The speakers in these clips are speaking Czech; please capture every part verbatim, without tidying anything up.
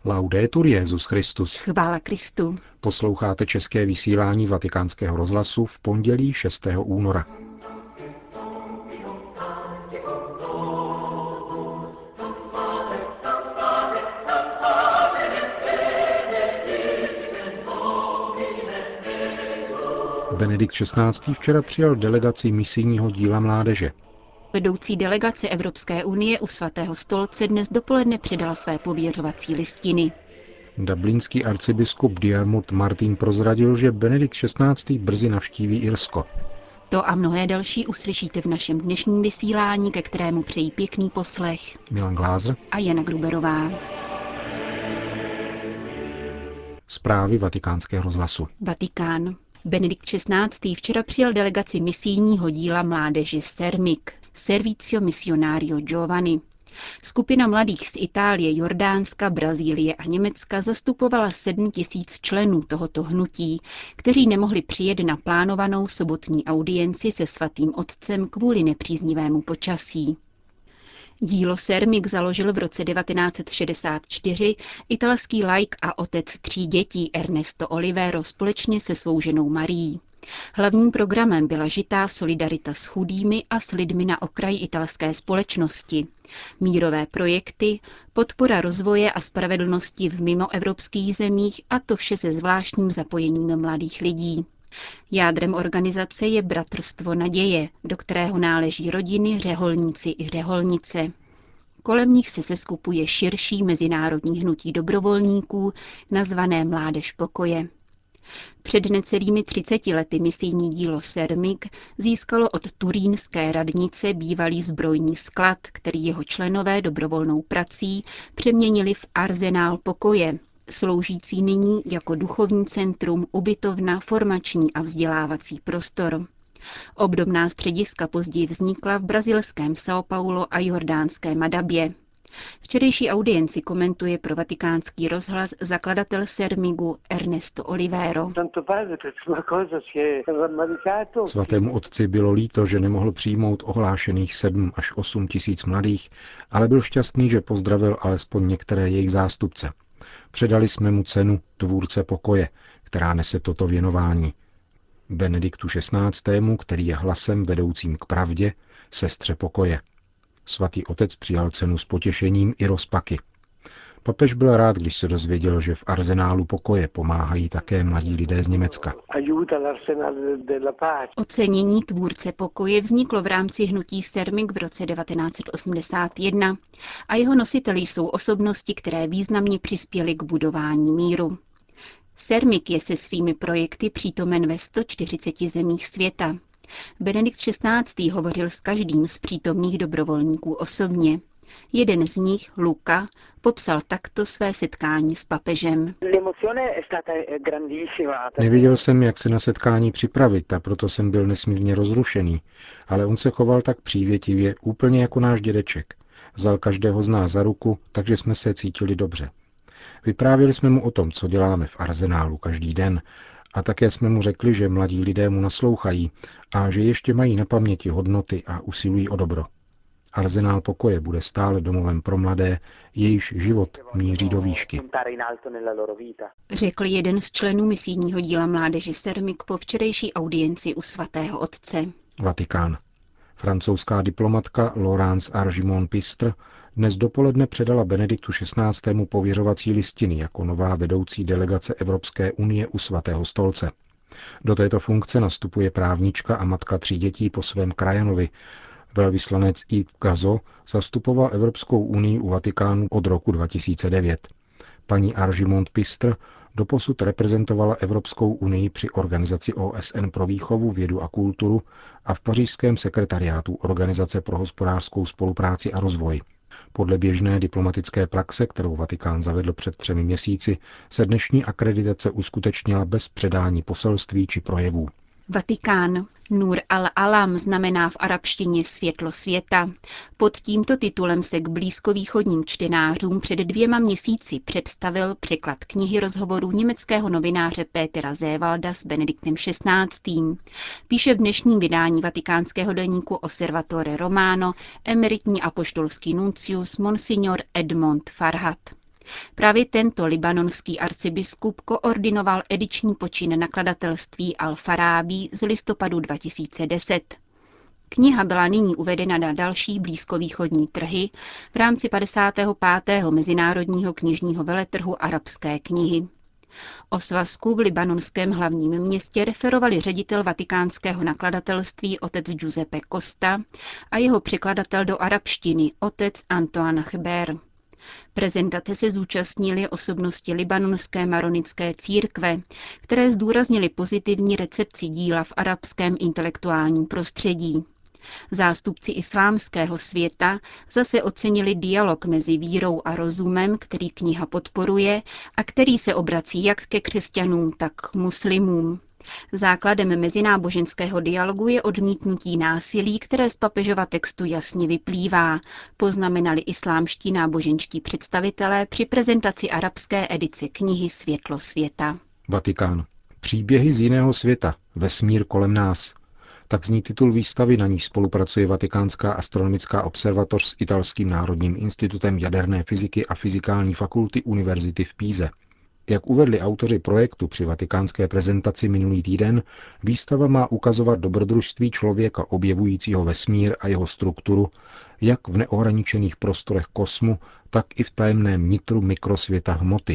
Laudetur Jesus Christus. Chvála Kristu. Posloucháte české vysílání Vatikánského rozhlasu v pondělí šestého února. Benedikt šestnáctý. včera přijal delegaci misijního díla mládeže. Vedoucí delegace Evropské unie u svatého stolce dnes dopoledne předala své pověřovací listiny. Dublinský arcibiskup Diarmuid Martin prozradil, že Benedikt šestnáctý. brzy navštíví Irsko. To a mnohé další uslyšíte v našem dnešním vysílání, ke kterému přejí pěkný poslech Milan Glázer a Jana Gruberová. Zprávy Vatikánského rozhlasu. Vatikán. Benedikt šestnáctý. včera přijal delegaci misijního díla mládeže Sermic, Servizio Missionario Giovani. Skupina mladých z Itálie, Jordánska, Brazílie a Německa zastupovala sedm tisíc členů tohoto hnutí, kteří nemohli přijet na plánovanou sobotní audienci se svatým otcem kvůli nepříznivému počasí. Dílo Sermic založil v roce devatenáct set šedesát čtyři italský laik a otec tří dětí Ernesto Olivero společně se svou ženou Marií. Hlavním programem byla žitá solidarita s chudými a s lidmi na okraji italské společnosti, mírové projekty, podpora rozvoje a spravedlnosti v mimoevropských zemích a to vše se zvláštním zapojením mladých lidí. Jádrem organizace je Bratrstvo naděje, do kterého náleží rodiny, řeholníci i řeholnice. Kolem nich se seskupuje širší mezinárodní hnutí dobrovolníků, nazvané Mládež pokoje. Před necelými třiceti lety misijní dílo Sermic získalo od turínské radnice bývalý zbrojní sklad, který jeho členové dobrovolnou prací přeměnili v arzenál pokoje, sloužící nyní jako duchovní centrum, ubytovna, formační a vzdělávací prostor. Obdobná střediska později vznikla v brazilském São Paulo a jordánské Madabě. Včerejší audienci komentuje pro Vatikánský rozhlas zakladatel Sermigu Ernesto Olivero. Svatému otci bylo líto, že nemohl přijmout ohlášených sedm až osm tisíc mladých, ale byl šťastný, že pozdravil alespoň některé jejich zástupce. Předali jsme mu cenu tvůrce pokoje, která nese toto věnování. Benediktu šestnáctému. který je hlasem vedoucím k pravdě, sestře pokoje. Svatý otec přijal cenu s potěšením i rozpaky. Papež byl rád, když se dozvěděl, že v arzenálu pokoje pomáhají také mladí lidé z Německa. Ocenění tvůrce pokoje vzniklo v rámci hnutí Sermic v roce devatenáct set osmdesát jedna a jeho nositeli jsou osobnosti, které významně přispěly k budování míru. Sermic je se svými projekty přítomen ve sto čtyřiceti zemích světa. Benedikt šestnáctý. hovořil s každým z přítomných dobrovolníků osobně. Jeden z nich, Luca, popsal takto své setkání s papežem. Nevěděl jsem, jak se na setkání připravit, a proto jsem byl nesmírně rozrušený, ale on se choval tak přívětivě, úplně jako náš dědeček. Vzal každého z nás za ruku, takže jsme se cítili dobře. Vyprávěli jsme mu o tom, co děláme v arzenálu každý den, a také jsme mu řekli, že mladí lidé mu naslouchají a že ještě mají na paměti hodnoty a usilují o dobro. Arzenál pokoje bude stále domovem pro mladé, jejíž život míří do výšky. Řekl jeden z členů misijního díla mládeže Sermic po včerejší audienci u svatého otce. Vatikán. Francouzská diplomatka Laurence Argimon-Pistre dnes dopoledne předala Benediktu šestnáctému. pověřovací listiny jako nová vedoucí delegace Evropské unie u svatého stolce. Do této funkce nastupuje právnička a matka tří dětí po svém krajanovi. Velvyslanec Yves Gazo zastupoval Evropskou unii u Vatikánu od roku dva tisíce devět. Paní Argimon-Pistre doposud reprezentovala Evropskou unii při organizaci O S N pro výchovu, vědu a kulturu a v pařížském sekretariátu Organizace pro hospodářskou spolupráci a rozvoj. Podle běžné diplomatické praxe, kterou Vatikán zavedl před třemi měsíci, se dnešní akreditace uskutečnila bez předání poselství či projevů. Vatikán. Nur al-Alam znamená v arabštině světlo světa. Pod tímto titulem se k blízkovýchodním čtenářům před dvěma měsíci představil překlad knihy rozhovorů německého novináře Pétera Zévalda s Benediktem šestnáctým. Píše v dnešním vydání vatikánského deníku Osservatore Romano emeritní apoštolský nuncius Monsignor Edmond Farhat. Právě tento libanonský arcibiskup koordinoval ediční počin nakladatelství Al-Farábí z listopadu dva tisíce deset. Kniha byla nyní uvedena na další blízkovýchodní trhy v rámci padesátého pátého Mezinárodního knižního veletrhu arabské knihy. O svazku v libanonském hlavním městě referovali ředitel vatikánského nakladatelství otec Giuseppe Costa a jeho překladatel do arabštiny otec Antoine Chber. Prezentace se zúčastnili osobnosti libanonské maronické církve, které zdůraznili pozitivní recepci díla v arabském intelektuálním prostředí. Zástupci islámského světa zase ocenili dialog mezi vírou a rozumem, který kniha podporuje a který se obrací jak ke křesťanům, tak k muslimům. Základem mezináboženského dialogu je odmítnutí násilí, které z papežova textu jasně vyplývá, poznamenali islámští náboženští představitelé při prezentaci arabské edice knihy Světlo světa. Vatikán. Příběhy z jiného světa. Vesmír kolem nás. Tak zní titul výstavy, na níž spolupracuje Vatikánská astronomická observatoř s Italským národním institutem jaderné fyziky a fyzikální fakulty univerzity v Píze. Jak uvedli autoři projektu při vatikánské prezentaci minulý týden, výstava má ukazovat dobrodružství člověka objevujícího vesmír a jeho strukturu, jak v neohraničených prostorech kosmu, tak i v tajemném nitru mikrosvěta hmoty.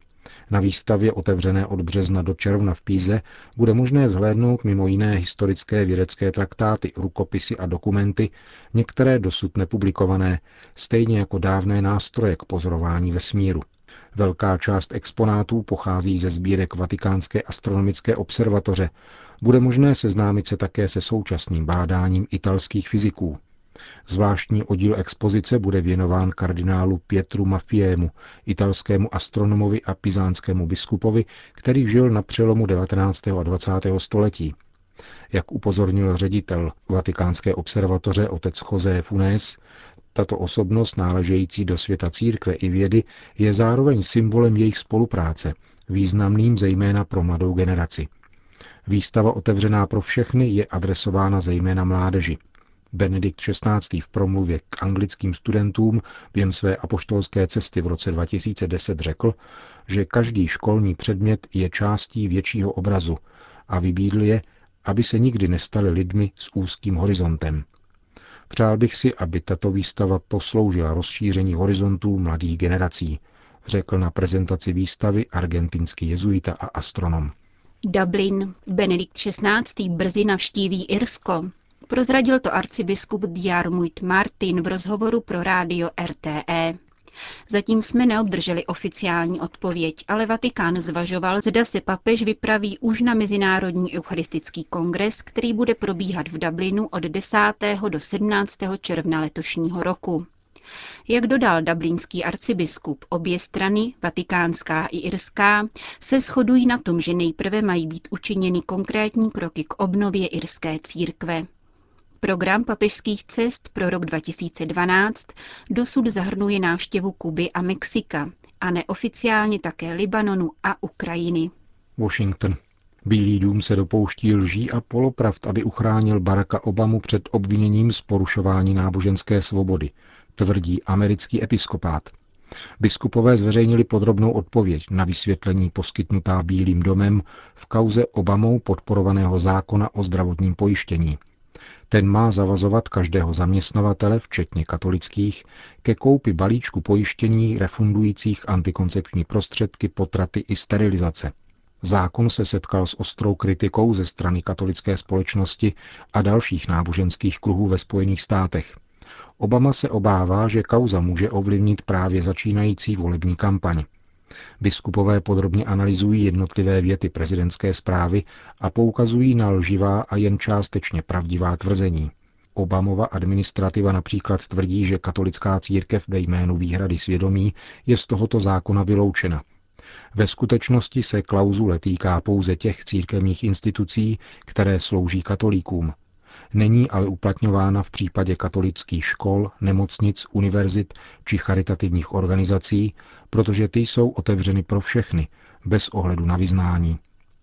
Na výstavě otevřené od března do června v Píze bude možné zhlédnout mimo jiné historické vědecké traktáty, rukopisy a dokumenty, některé dosud nepublikované, stejně jako dávné nástroje k pozorování vesmíru. Velká část exponátů pochází ze sbírek Vatikánské astronomické observatoře. Bude možné seznámit se také se současným bádáním italských fyziků. Zvláštní oddíl expozice bude věnován kardinálu Pietru Maffiému, italskému astronomovi a pizánskému biskupovi, který žil na přelomu devatenáctého a dvacátého století. Jak upozornil ředitel Vatikánské observatoře otec José Funes, tato osobnost náležející do světa církve i vědy je zároveň symbolem jejich spolupráce, významným zejména pro mladou generaci. Výstava otevřená pro všechny je adresována zejména mládeži. Benedikt šestnáctý. V promluvě k anglickým studentům během své apoštolské cesty v roce dva tisíce deset řekl, že každý školní předmět je částí většího obrazu a vybídl je, aby se nikdy nestali lidmi s úzkým horizontem. Přál bych si, aby tato výstava posloužila rozšíření horizontů mladých generací, řekl na prezentaci výstavy argentinský jezuita a astronom. Dublin. Benedikt šestnáctý. brzy navštíví Irsko. Prozradil to arcibiskup Diarmuid Martin v rozhovoru pro rádio R T E. Zatím jsme neobdrželi oficiální odpověď, ale Vatikán zvažoval, zda se papež vypraví už na Mezinárodní eucharistický kongres, který bude probíhat v Dublinu od desátého do sedmnáctého června letošního roku. Jak dodal dublinský arcibiskup, obě strany, vatikánská i irská, se shodují na tom, že nejprve mají být učiněny konkrétní kroky k obnově irské církve. Program papežských cest pro rok dva tisíce dvanáct dosud zahrnuje návštěvu Kuby a Mexika a neoficiálně také Libanonu a Ukrajiny. Washington. Bílý dům se dopouští lží a polopravd, aby uchránil Baracka Obamu před obviněním z porušování náboženské svobody, tvrdí americký episkopát. Biskupové zveřejnili podrobnou odpověď na vysvětlení poskytnutá Bílým domem v kauze Obamou podporovaného zákona o zdravotním pojištění. Ten má zavazovat každého zaměstnavatele, včetně katolických, ke koupi balíčku pojištění refundujících antikoncepční prostředky, potraty i sterilizace. Zákon se setkal s ostrou kritikou ze strany katolické společnosti a dalších náboženských kruhů ve Spojených státech. Obama se obává, že kauza může ovlivnit právě začínající volební kampaň. Biskupové podrobně analyzují jednotlivé věty prezidentské zprávy a poukazují na lživá a jen částečně pravdivá tvrzení. Obamova administrativa například tvrdí, že katolická církev ve jménu výhrady svědomí je z tohoto zákona vyloučena. Ve skutečnosti se klauzule týká pouze těch církevních institucí, které slouží katolíkům. Není ale uplatňována v případě katolických škol, nemocnic, univerzit či charitativních organizací, protože ty jsou otevřeny pro všechny, bez ohledu na vyznání.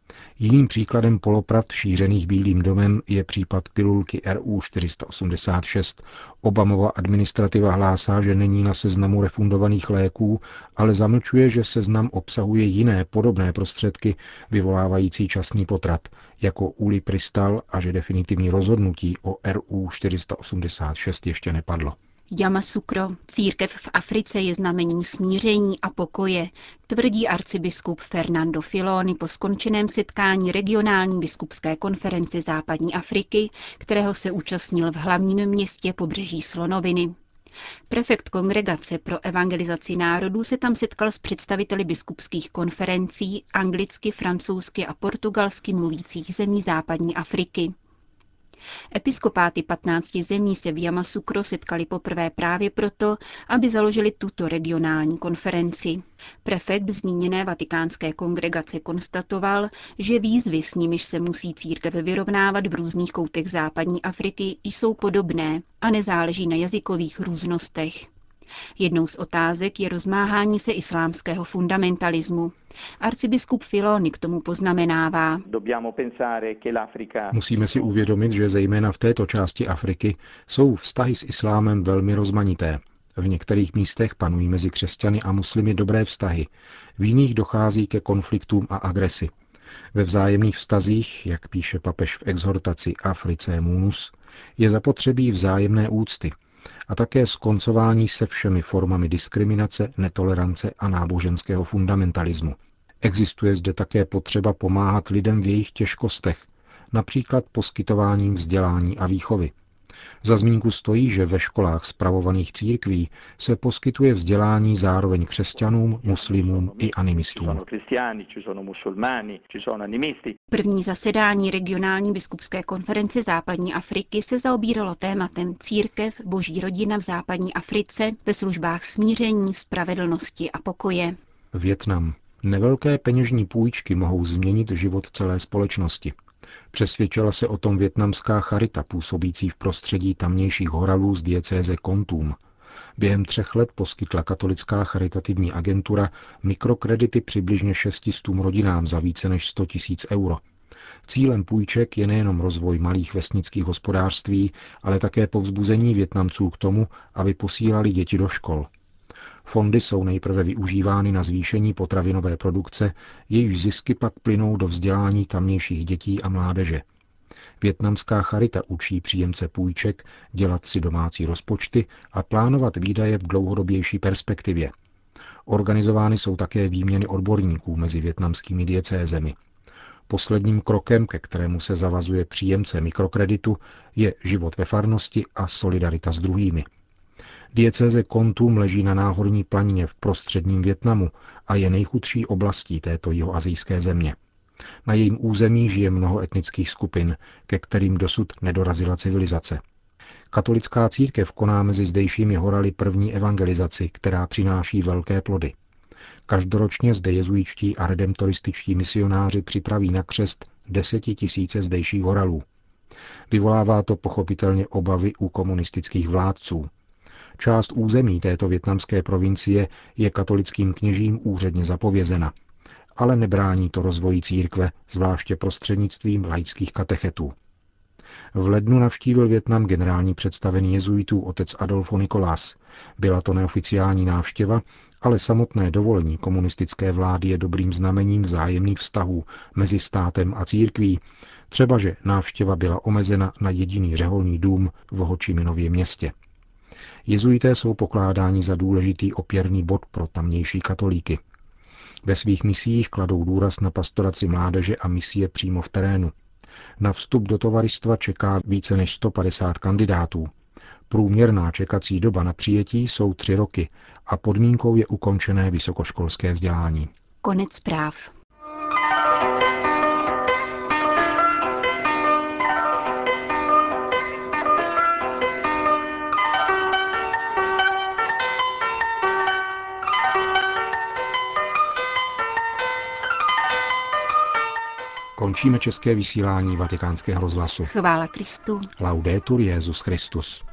Jiným příkladem polopravd šířených Bílým domem je případ pilulky R U čtyři sta osmdesát šest. Obamova administrativa hlásá, že není na seznamu refundovaných léků, ale zamlčuje, že seznam obsahuje jiné podobné prostředky vyvolávající časný potrat, jako ulipristal, a že definitivní rozhodnutí o R U čtyři sta osmdesát šest ještě nepadlo. Yamoussoukro, církev v Africe je znamením smíření a pokoje, tvrdí arcibiskup Fernando Filoni po skončeném setkání regionální biskupské konference západní Afriky, kterého se účastnil v hlavním městě Pobřeží slonoviny. Prefekt kongregace pro evangelizaci národů se tam setkal s představiteli biskupských konferencí anglicky, francouzsky a portugalsky mluvících zemí západní Afriky. Episkopáty patnácti zemí se v Yamoussoukro setkali poprvé právě proto, aby založili tuto regionální konferenci. Prefekt zmíněné vatikánské kongregace konstatoval, že výzvy, s nimiž se musí církev vyrovnávat v různých koutech západní Afriky, jsou podobné a nezáleží na jazykových různostech. Jednou z otázek je rozmáhání se islámského fundamentalismu. Arcibiskup Filoni k tomu poznamenává. Musíme si uvědomit, že zejména v této části Afriky jsou vztahy s islámem velmi rozmanité. V některých místech panují mezi křesťany a muslimy dobré vztahy, v jiných dochází ke konfliktům a agresi. Ve vzájemných vztazích, jak píše papež v exhortaci Africae Munus, je zapotřebí vzájemné úcty a také skoncování se všemi formami diskriminace, netolerance a náboženského fundamentalismu. Existuje zde také potřeba pomáhat lidem v jejich těžkostech, například poskytováním vzdělání a výchovy. Za zmínku stojí, že ve školách spravovaných církví se poskytuje vzdělání zároveň křesťanům, muslimům i animistům. První zasedání regionální biskupské konference západní Afriky se zaobíralo tématem Církev, boží rodina v západní Africe ve službách smíření, spravedlnosti a pokoje. Vietnam. Nevelké peněžní půjčky mohou změnit život celé společnosti. Přesvědčila se o tom vietnamská charita působící v prostředí tamnějších horalů z diecéze Kon Tum. Během třech let poskytla katolická charitativní agentura mikrokredity přibližně šestistům rodinám za více než sto tisíc euro. Cílem půjček je nejenom rozvoj malých vesnických hospodářství, ale také povzbuzení Vietnamců k tomu, aby posílali děti do škol. Fondy jsou nejprve využívány na zvýšení potravinové produkce, jejíž zisky pak plynou do vzdělání tamnějších dětí a mládeže. Vietnamská charita učí příjemce půjček dělat si domácí rozpočty a plánovat výdaje v dlouhodobější perspektivě. Organizovány jsou také výměny odborníků mezi vietnamskými diecézemi. Posledním krokem, ke kterému se zavazuje příjemce mikrokreditu, je život ve farnosti a solidarita s druhými. Diecéze Kon Tum leží na náhorní planině v prostředním Vietnamu a je nejchudší oblastí této jihoasijské země. Na jejím území žije mnoho etnických skupin, ke kterým dosud nedorazila civilizace. Katolická církev koná mezi zdejšími horaly první evangelizaci, která přináší velké plody. Každoročně zde jezuičtí a redemptorističtí misionáři připraví na křest desetitisíce zdejších horalů. Vyvolává to pochopitelně obavy u komunistických vládců. Část území této vietnamské provincie je katolickým kněžím úředně zapovězena, ale nebrání to rozvoji církve, zvláště prostřednictvím laických katechetů. V lednu navštívil Vietnam generální představený jezuitů otec Adolfo Nicolás. Byla to neoficiální návštěva, ale samotné dovolení komunistické vlády je dobrým znamením vzájemných vztahů mezi státem a církví, třebaže návštěva byla omezena na jediný řeholní dům v Ho Chi Minově městě. Jezuité jsou pokládáni za důležitý opěrný bod pro tamnější katolíky. Ve svých misiích kladou důraz na pastoraci mládeže a misie přímo v terénu. Na vstup do tovaristva čeká více než sto padesát kandidátů. Průměrná čekací doba na přijetí jsou tři roky a podmínkou je ukončené vysokoškolské vzdělání. Konec zpráv. Končíme české vysílání Vatikánského rozhlasu. Chvála Kristu. Laudetur Jesus Christus.